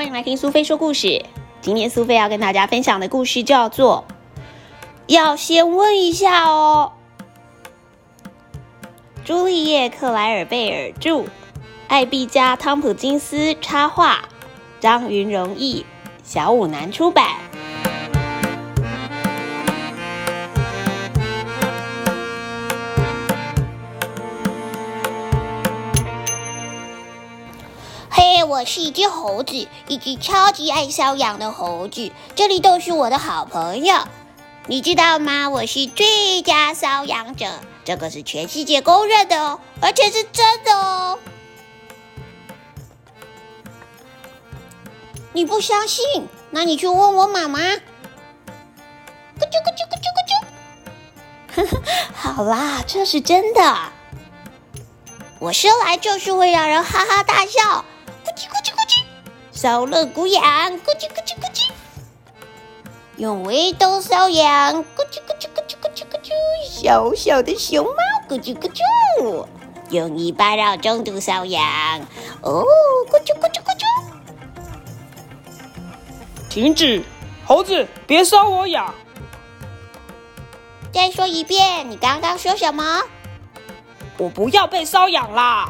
欢迎来听苏菲说故事。今天苏菲要跟大家分享的故事叫做要先问一下哦。朱丽叶·克莱尔贝尔著，艾碧嘉·汤普金斯插画，张云荣译，小五南出版。 我是一只猴子，一只超级爱瘙痒的猴子，这里都是我的好朋友。你知道吗？我是最佳瘙痒者，这个是全世界公认的哦，而且是真的哦。你不相信？那你去问我妈妈。咕啾咕啾咕啾咕啾。 好啦，这是真的。 我生来就是会让人哈哈大笑。咕叽咕叽咕叽，搔乐鼓痒，咕叽咕叽咕叽，用围兜搔痒，咕叽咕叽咕叽咕叽咕叽，小小的熊猫，咕叽咕叽，用尾巴绕中度搔痒，哦，咕叽咕叽咕叽。 停止，猴子，别搔我痒！ 再说一遍，你刚刚说什么？ 我不要被搔痒啦！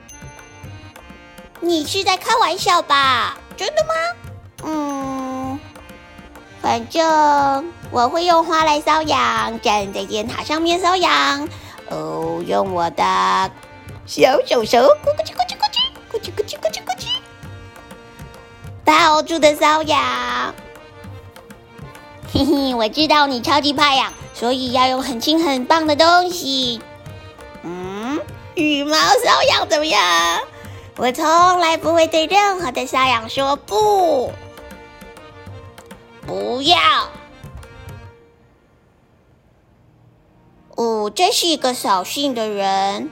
你是在开玩笑吧？真的吗？反正我会用花来搔痒，站在尖塔上面搔痒。哦，用我的小手手，咕叽咕叽咕叽，咕叽咕叽咕叽咕叽，抱住的搔痒。嘿嘿，我知道你超级怕痒，所以要用很轻很棒的东西。羽毛搔痒怎么样？我从来不会对任何的瘙痒说不。不要。这是一个扫兴的人。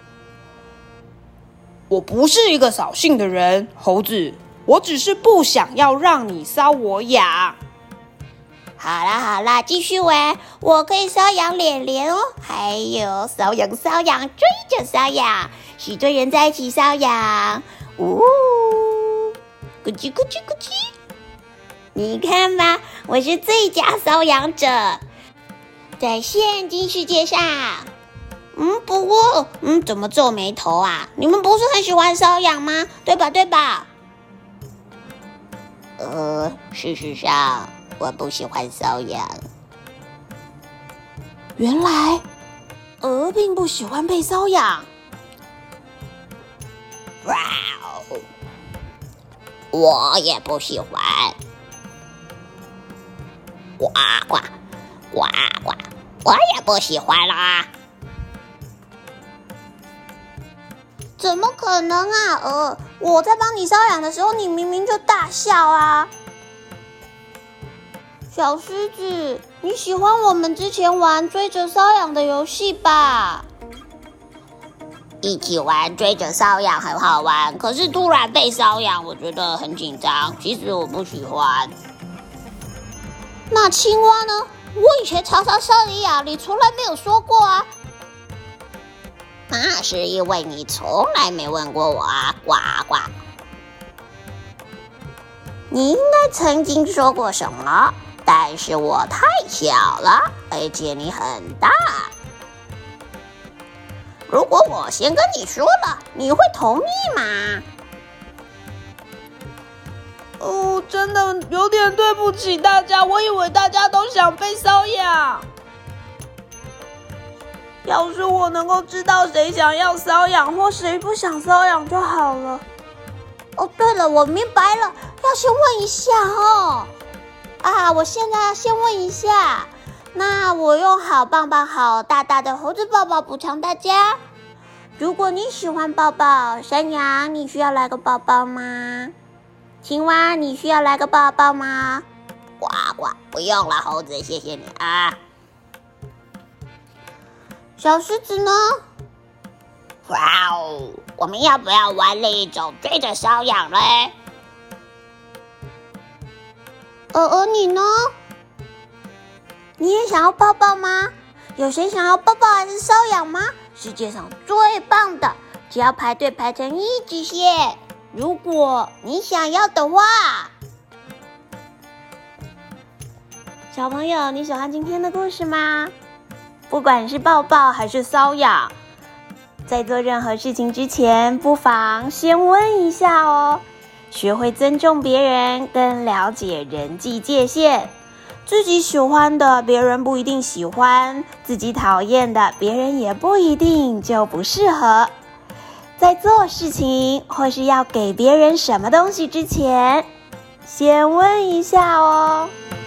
我不是一个扫兴的人，猴子，我只是不想要让你搔我痒。 好啦，继续玩。我可以搔痒脸脸哦，还有搔痒追着搔痒，许多人在一起搔痒。咕叽咕叽咕叽。你看吧，我是最佳搔痒者，在现今世界上。不过，怎么皱眉头啊？你们不是很喜欢搔痒吗？对吧？事实上。我不喜欢搔痒。 原来，鹅并不喜欢被搔痒。 哇哦！我也不喜欢。呱呱呱呱，我也不喜欢啦。怎么可能啊？我在帮你搔痒的时候，你明明就大笑啊！小狮子，你喜欢我们之前玩追着搔痒的游戏吧？一起玩追着搔痒很好玩，可是突然被搔痒，我觉得很紧张。其实我不喜欢。那青蛙呢？我以前常常搔你痒，你从来没有说过啊。那是因为你从来没问过我啊，呱呱。你应该曾经说过什么？但是我太小了，而且你很大。如果我先跟你说了，你会同意吗？ 真的有点对不起大家，我以为大家都想被搔痒。要是我能够知道谁想要搔痒或谁不想搔痒就好了。 对了，我明白了，要先问一下哦。我现在要先问一下，那我用好棒棒、好大大的猴子抱抱补偿大家。如果你喜欢抱抱，山羊，你需要来个抱抱吗？青蛙，你需要来个抱抱吗？呱呱，不用了，猴子，谢谢你啊。小狮子呢？哇哦，我们要不要玩另一种追着搔痒嘞？你呢？你也想要抱抱吗？有谁想要抱抱还是搔痒吗？世界上最棒的，只要排队排成一直线， 如果你想要的话。 小朋友，你喜欢今天的故事吗？不管是抱抱还是搔痒，在做任何事情之前，不妨先问一下哦。学会尊重别人，更了解人际界限。自己喜欢的，别人不一定喜欢；自己讨厌的，别人也不一定就不适合。在做事情或是要给别人什么东西之前，先问一下哦。